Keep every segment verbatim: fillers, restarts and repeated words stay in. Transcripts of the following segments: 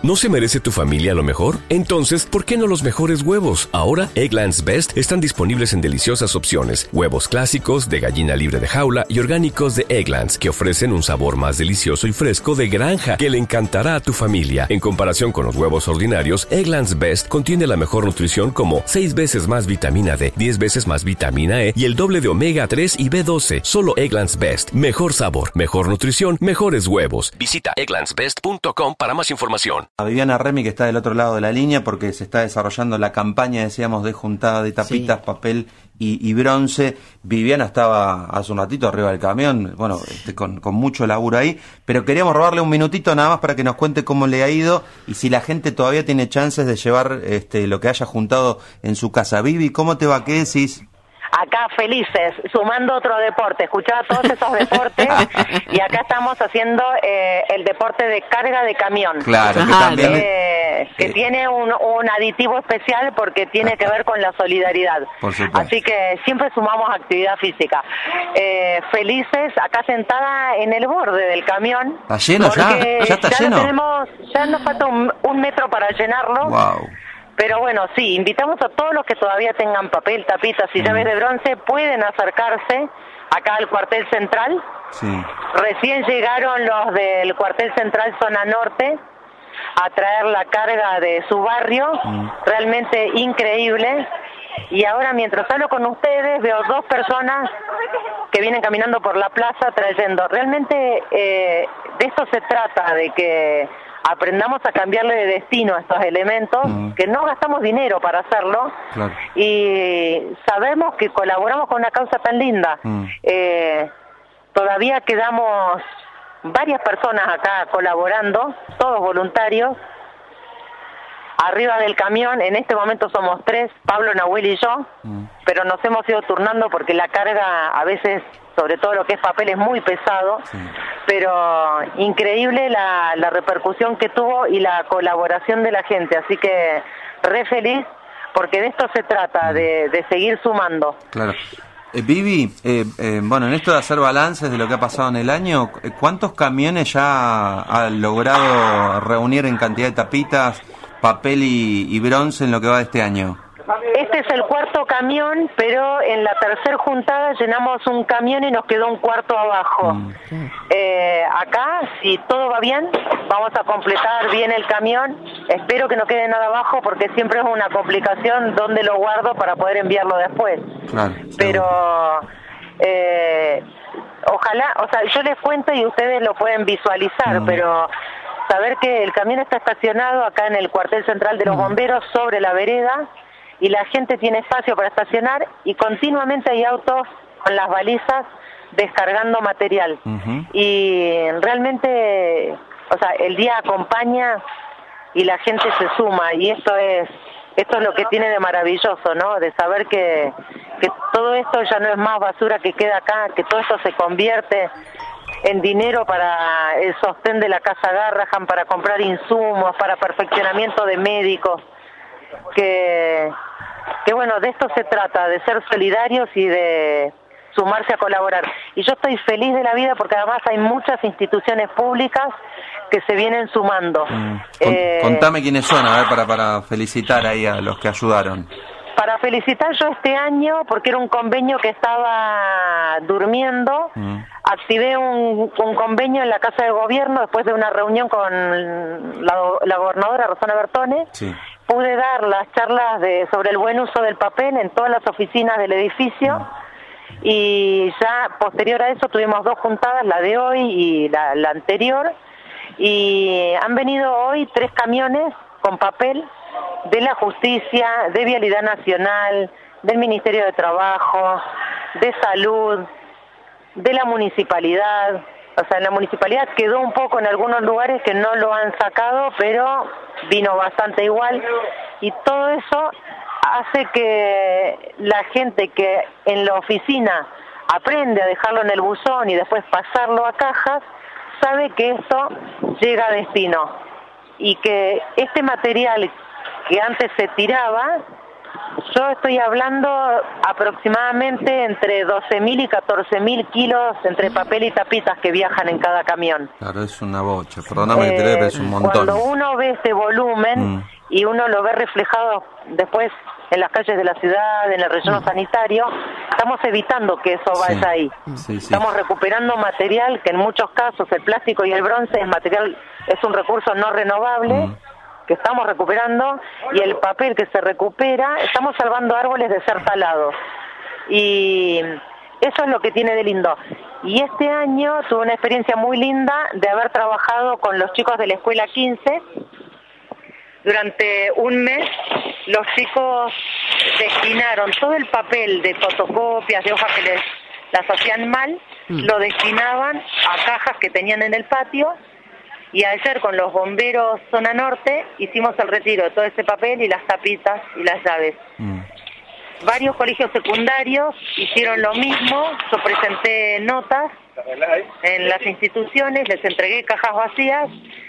¿No se merece tu familia lo mejor? Entonces, ¿por qué no los mejores huevos? Ahora, Eggland's Best están disponibles en deliciosas opciones. Huevos clásicos, de gallina libre de jaula y orgánicos de Eggland's, que ofrecen un sabor más delicioso y fresco de granja que le encantará a tu familia. En comparación con los huevos ordinarios, Eggland's Best contiene la mejor nutrición como seis veces más vitamina D, diez veces más vitamina E y el doble de omega tres y B doce. Solo Eggland's Best. Mejor sabor, mejor nutrición, mejores huevos. Visita egglands best punto com para más información. A Viviana Remy, que está del otro lado de la línea, porque se está desarrollando la campaña, decíamos, de juntada de tapitas, sí. papel y, y bronce. Viviana estaba hace un ratito arriba del camión, bueno, este, con, con mucho laburo ahí, pero queríamos robarle un minutito nada más para que nos cuente cómo le ha ido y si la gente todavía tiene chances de llevar este, lo que haya juntado en su casa. Vivi, ¿cómo te va? ¿Qué decís? Acá felices, sumando otro deporte, escuchaba todos esos deportes y acá estamos haciendo eh, el deporte de carga de camión. Claro, que también... Eh, que eh, tiene un, un aditivo especial porque tiene que ver con la solidaridad. Por supuesto. Así que siempre sumamos actividad física. Eh, felices, acá sentada en el borde del camión. ¿Está lleno ya? ¿Ya está ya lleno? Tenemos, ya nos falta un, un metro para llenarlo. Wow. Pero bueno, sí, invitamos a todos los que todavía tengan papel, tapitas y mm. llaves de bronce, pueden acercarse acá al cuartel central. Sí. Recién llegaron los del cuartel central zona norte a traer la carga de su barrio, mm. realmente increíble. Y ahora mientras hablo con ustedes veo dos personas que vienen caminando por la plaza trayendo. Realmente eh, de esto se trata, de que aprendamos a cambiarle de destino a estos elementos, uh-huh. que no gastamos dinero para hacerlo, claro. y sabemos que colaboramos con una causa tan linda. Uh-huh. Eh, todavía quedamos varias personas acá colaborando, todos voluntarios, arriba del camión. En este momento somos tres, Pablo, Nahuel y yo, uh-huh. pero nos hemos ido turnando porque la carga a veces, sobre todo lo que es papel, es muy pesado, sí. pero increíble la, la repercusión que tuvo y la colaboración de la gente, así que re feliz, porque de esto se trata, de, de seguir sumando. Claro. Eh, Vivi, eh, eh, bueno, en esto de hacer balances de lo que ha pasado en el año, ¿cuántos camiones ya ha logrado reunir en cantidad de tapitas, papel y, y bronce en lo que va de este año? Este es el cuarto camión, pero en la tercera juntada llenamos un camión y nos quedó un cuarto abajo. Mm. Eh, acá, si todo va bien, vamos a completar bien el camión. Espero que no quede nada abajo porque siempre es una complicación dónde lo guardo para poder enviarlo después. Claro, pero eh, ojalá, o sea, yo les cuento y ustedes lo pueden visualizar, mm. pero saber que el camión está estacionado acá en el cuartel central de los mm. bomberos sobre la vereda, y la gente tiene espacio para estacionar y continuamente hay autos con las balizas descargando material. Uh-huh. Y realmente, o sea, el día acompaña y la gente se suma, y esto es esto es lo que tiene de maravilloso, ¿no? De saber que, que todo esto ya no es más basura que queda acá, que todo esto se convierte en dinero para el sostén de la Casa Garrahan, para comprar insumos, para perfeccionamiento de médicos. Que, que bueno, de esto se trata, de ser solidarios y de sumarse a colaborar. Y yo estoy feliz de la vida porque además hay muchas instituciones públicas que se vienen sumando. Mm. Eh, Contame quiénes son, a ver, para, para felicitar ahí a los que ayudaron. Para felicitar yo este año, porque era un convenio que estaba durmiendo, mm. activé un, un convenio en la Casa de Gobierno después de una reunión con la, la gobernadora Rosana Bertone. Sí. Pude dar las charlas de, sobre el buen uso del papel en todas las oficinas del edificio, mm. y ya posterior a eso tuvimos dos juntadas, la de hoy y la, la anterior, y han venido hoy tres camiones con papel de la Justicia, de Vialidad Nacional, del Ministerio de Trabajo, de Salud, de la Municipalidad. O sea, en la Municipalidad quedó un poco en algunos lugares que no lo han sacado, pero vino bastante igual. Y todo eso hace que la gente que en la oficina aprende a dejarlo en el buzón y después pasarlo a cajas, sabe que esto llega a destino. Y que este material que antes se tiraba, yo estoy hablando aproximadamente entre doce mil y catorce mil kilos entre papel y tapitas que viajan en cada camión. Claro, es una bocha, perdóname eh, que te dé, pero es un montón. Cuando uno ve este volumen mm. y uno lo ve reflejado después en las calles de la ciudad, en el relleno mm. sanitario, estamos evitando que eso vaya sí. ahí. Sí, sí. Estamos recuperando material que en muchos casos el plástico y el bronce es material, es un recurso no renovable. Mm. que estamos recuperando, y el papel que se recupera, estamos salvando árboles de ser talados. Y eso es lo que tiene de lindo. Y este año tuve una experiencia muy linda de haber trabajado con los chicos de la Escuela quince. Durante un mes los chicos destinaron todo el papel de fotocopias, de hojas que les las hacían mal, mm. lo destinaban a cajas que tenían en el patio. Y ayer con los bomberos zona norte hicimos el retiro de todo ese papel y las tapitas y las llaves. Mm. Varios colegios secundarios hicieron lo mismo. Yo presenté notas en las instituciones, les entregué cajas vacías,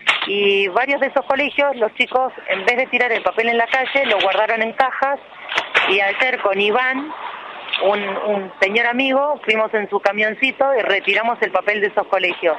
y varios de esos colegios, los chicos, en vez de tirar el papel en la calle, lo guardaron en cajas. Y ayer con Iván, un, un señor amigo, fuimos en su camioncito y retiramos el papel de esos colegios.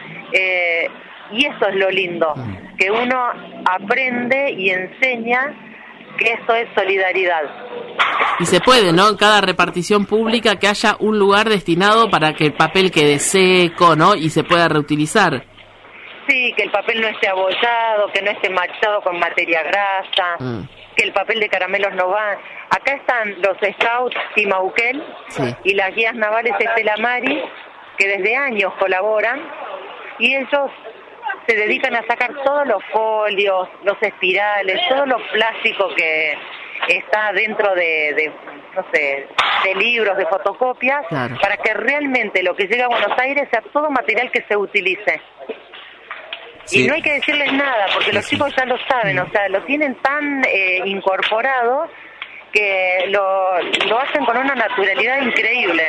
Eh, Y eso es lo lindo, que uno aprende y enseña que esto es solidaridad. Y se puede, ¿no? En cada repartición pública que haya un lugar destinado para que el papel quede seco, ¿no? Y se pueda reutilizar. Sí, que el papel no esté abollado, que no esté manchado con materia grasa, mm. que el papel de caramelos no va. Acá están los Scouts Timauquel sí. y las guías navales Estela Mari, que desde años colaboran, y ellos se dedican a sacar todos los folios, los espirales, todo lo plástico que está dentro de, de no sé, de libros, de fotocopias, claro. para que realmente lo que llega a Buenos Aires sea todo material que se utilice. Sí. Y no hay que decirles nada, porque los chicos ya lo saben, o sea, lo tienen tan eh, incorporado que lo, lo hacen con una naturalidad increíble.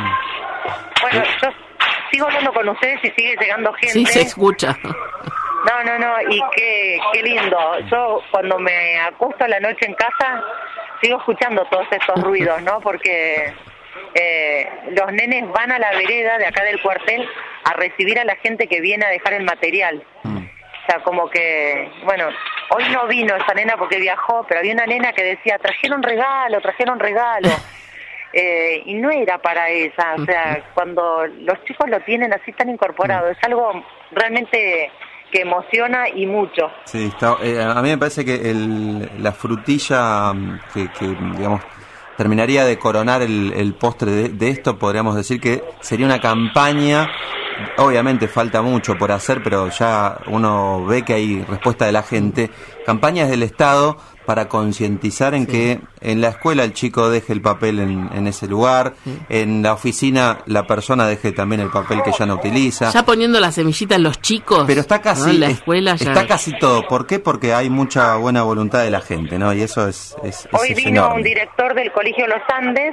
Bueno, yo sigo hablando con ustedes y sigue llegando gente. Sí, se escucha. No, no, no, y qué, qué lindo. Yo cuando me acuesto a la noche en casa, sigo escuchando todos estos ruidos, ¿no? Porque eh, los nenes van a la vereda de acá del cuartel a recibir a la gente que viene a dejar el material. Mm. O sea, como que, bueno, hoy no vino esa nena porque viajó, pero había una nena que decía, trajeron regalo, trajeron regalo. Eh, y no era para ella, o sea, cuando los chicos lo tienen así tan incorporado, es algo realmente que emociona y mucho. Sí, está, eh, a mí me parece que el, la frutilla que, que, digamos, terminaría de coronar el, el postre de, de esto, podríamos decir que sería una campaña. Obviamente falta mucho por hacer, pero ya uno ve que hay respuesta de la gente. Campañas del Estado para concientizar en sí. que en la escuela el chico deje el papel en, en ese lugar, sí. en la oficina la persona deje también el papel que ya no utiliza. Ya poniendo la semillita en los chicos. Pero está casi, ¿no? En la escuela ya... está casi todo. ¿Por qué? Porque hay mucha buena voluntad de la gente, ¿no? Y eso es, es, es Hoy es vino enorme. Un director del Colegio Los Andes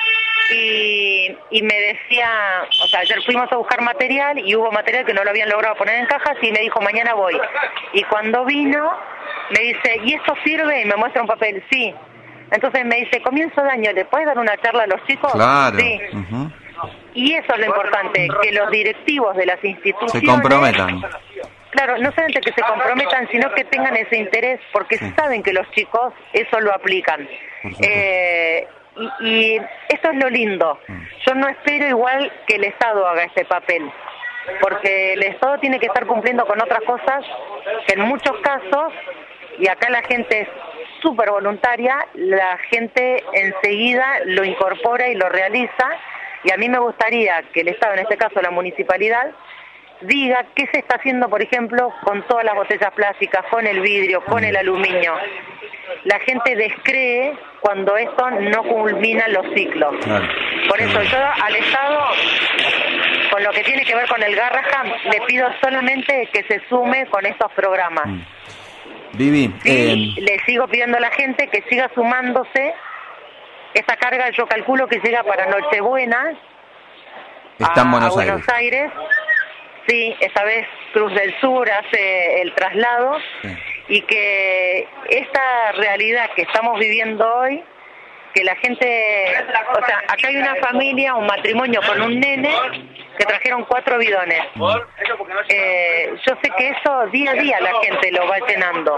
y, y me decía, o sea, ayer fuimos a buscar material y hubo material que no lo habían logrado poner en cajas y me dijo, mañana voy. Y cuando vino, me dice, ¿y esto sirve? Y me muestra un papel, sí. Entonces me dice, comienzo de año, ¿le puedes dar una charla a los chicos? Claro. Sí. Uh-huh. Y eso es lo importante, que los directivos de las instituciones... se comprometan. Claro, no solamente que se comprometan, sino que tengan ese interés, porque sí. saben que los chicos eso lo aplican. Eh, y, y eso es lo lindo. Yo no espero igual que el Estado haga este papel, porque el Estado tiene que estar cumpliendo con otras cosas que en muchos casos, y acá la gente es súper voluntaria, la gente enseguida lo incorpora y lo realiza, y a mí me gustaría que el Estado, en este caso la municipalidad, diga qué se está haciendo, por ejemplo, con todas las botellas plásticas, con el vidrio, con el aluminio. La gente descree cuando esto no culmina los ciclos. Claro. Por eso yo al Estado, con lo que tiene que ver con el Garrahan, le pido solamente que se sume con estos programas. Mm. Vivi, y eh... le sigo pidiendo a la gente que siga sumándose. Esta carga yo calculo que llega para Nochebuena está en Buenos, a Buenos Aires. Aires. Sí, esta vez Cruz del Sur hace el traslado, sí. y que esta realidad que estamos viviendo hoy que la gente, o sea, acá hay una familia, un matrimonio con un nene que trajeron cuatro bidones. Eh, yo sé que eso día a día la gente lo va llenando.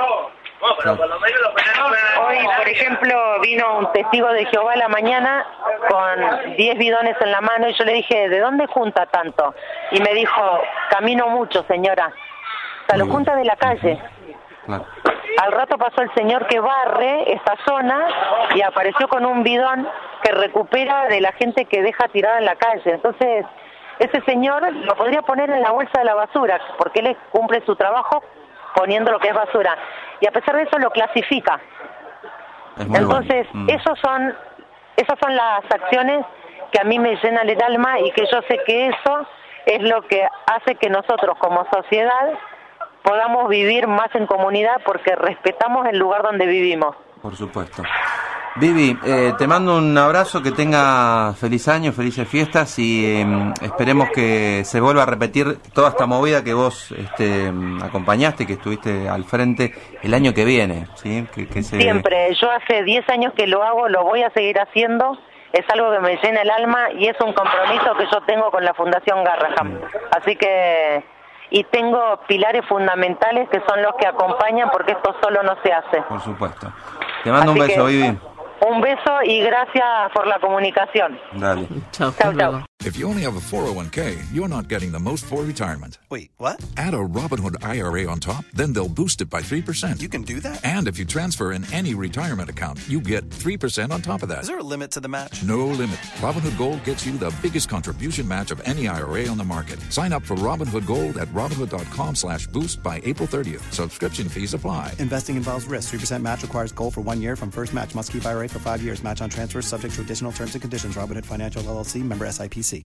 Hoy, por ejemplo, vino un testigo de Jehová a la mañana con diez bidones en la mano y yo le dije, ¿de dónde junta tanto? Y me dijo, camino mucho, señora. O sea, lo junta de la calle. Claro. Al rato pasó el señor que barre esta zona y apareció con un bidón que recupera de la gente que deja tirada en la calle. Entonces, ese señor lo podría poner en la bolsa de la basura, porque él cumple su trabajo poniendo lo que es basura. Y a pesar de eso lo clasifica. Entonces, bueno. mm. esos son, esas son las acciones que a mí me llenan el alma y que yo sé que eso es lo que hace que nosotros como sociedad podamos vivir más en comunidad porque respetamos el lugar donde vivimos. Por supuesto. Vivi, eh, te mando un abrazo, que tenga feliz año, felices fiestas y eh, esperemos que se vuelva a repetir toda esta movida que vos este, acompañaste, que estuviste al frente el año que viene, ¿sí? Que, que se... Siempre, yo hace diez años que lo hago, lo voy a seguir haciendo, es algo que me llena el alma y es un compromiso que yo tengo con la Fundación Garraham. Así que... y tengo pilares fundamentales que son los que acompañan porque esto solo no se hace. Por supuesto. Te mando Así un beso, Vivi. Un beso y gracias por la comunicación. Dale. Chao, chao. If you only have a four oh one k, you're not getting the most for retirement. Wait, what? Add a Robinhood I R A on top, then they'll boost it by three percent. You can do that? And if you transfer in any retirement account, you get three percent on top of that. Is there a limit to the match? No limit. Robinhood Gold gets you the biggest contribution match of any I R A on the market. Sign up for Robinhood Gold at Robinhood.com slash boost by April thirtieth. Subscription fees apply. Investing involves risk. three percent match requires gold for one year from first match. Must keep I R A for five years. Match on transfers subject to additional terms and conditions. Robinhood Financial L L C, member S I P C.